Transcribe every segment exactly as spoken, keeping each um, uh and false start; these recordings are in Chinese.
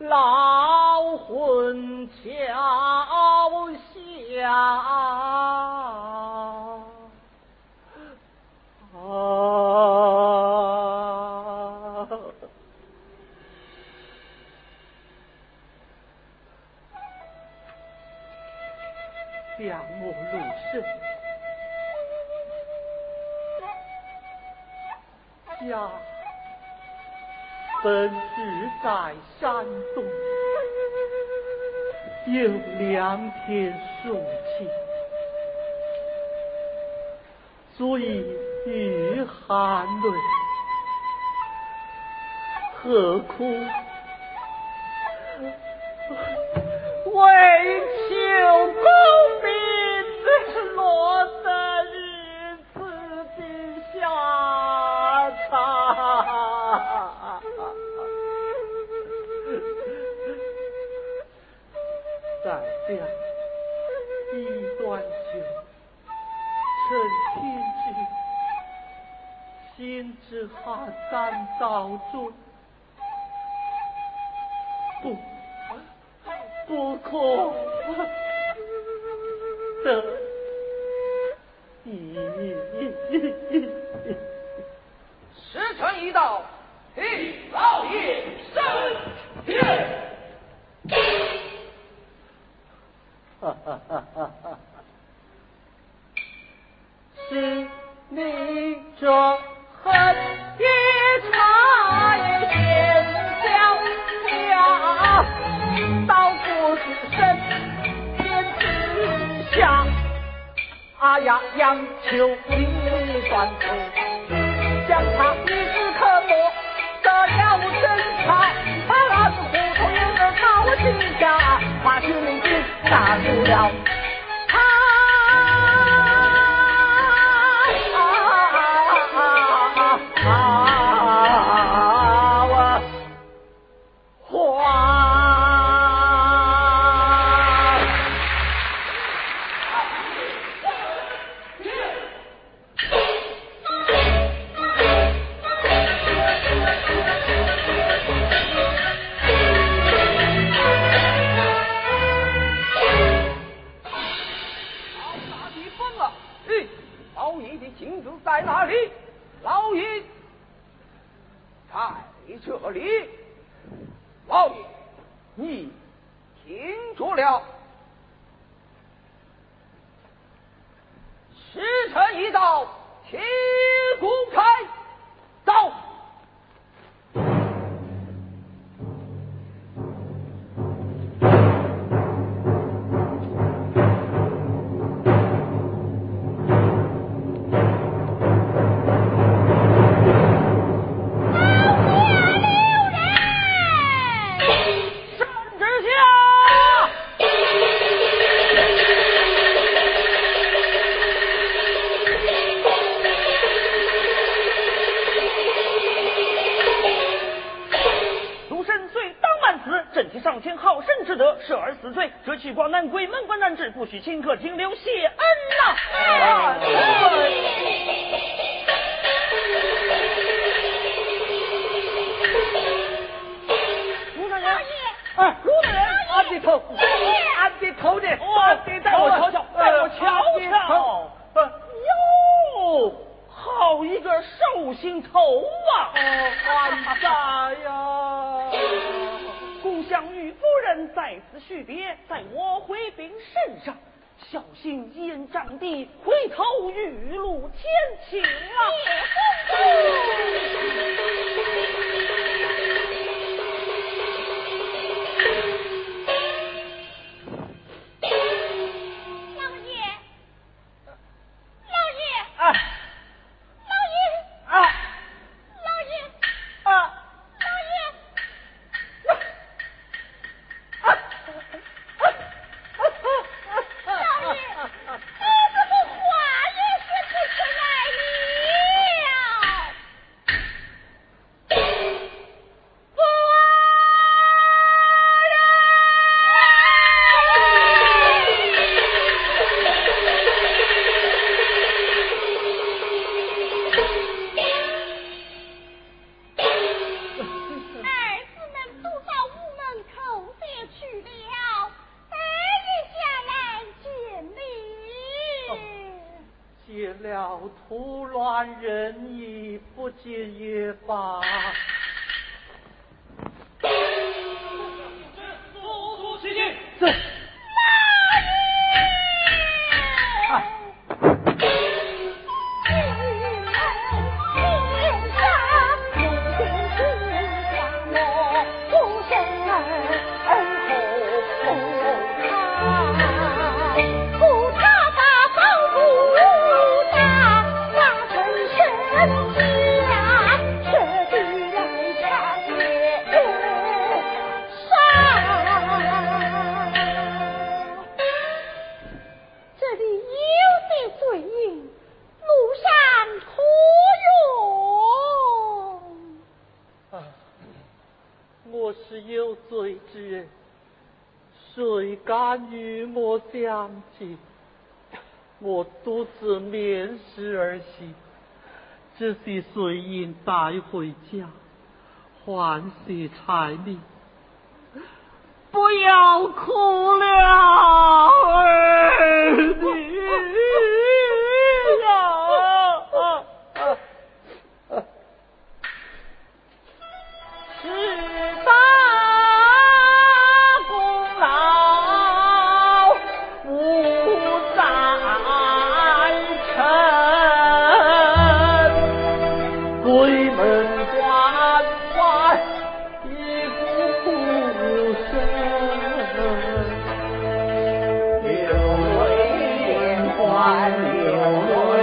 老魂桥下啊，两我入生，家本是在山东，有良田数顷，所以御寒论，何苦为求功名落得如此的下场？在这一段酒，趁天之心之哈三道准，不不可得已。 时辰已到，替老爷升天。 哈哈哈哈哈！是你这恨铁柴先小家，道不是身天之下。啊呀，杨秋你断头，将他一时刻薄得了真差，把那是糊涂有个讨心家，把军民兵打住了。 在哪里？老爷在这里。老爷，你听着了。时辰已到，请公开。走。 赦而死罪，这去光南鬼门关难治，不许顷刻停留，谢恩呐！卢大人，哎，卢大人， 俺的头，俺的头的， 俺的带我瞧瞧，带我瞧瞧。哟，好一个寿星头啊！ 还啥呀？ 共享与夫人在此续别，在我回兵身上，小心燕长帝回头玉露前情啊！ 老爷，老爷， 啊， 老爷， 啊， 老爷， 啊。 要图乱人意，不见也罢。 速速起进。 这。有罪之人，谁敢与我相见？我独自面试而行，这些碎银带回家，换些柴米。不要哭了，儿女呀！是大功劳无在臣，鬼门关外一孤身，流连还流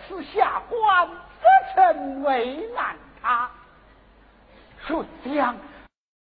为难他，谁想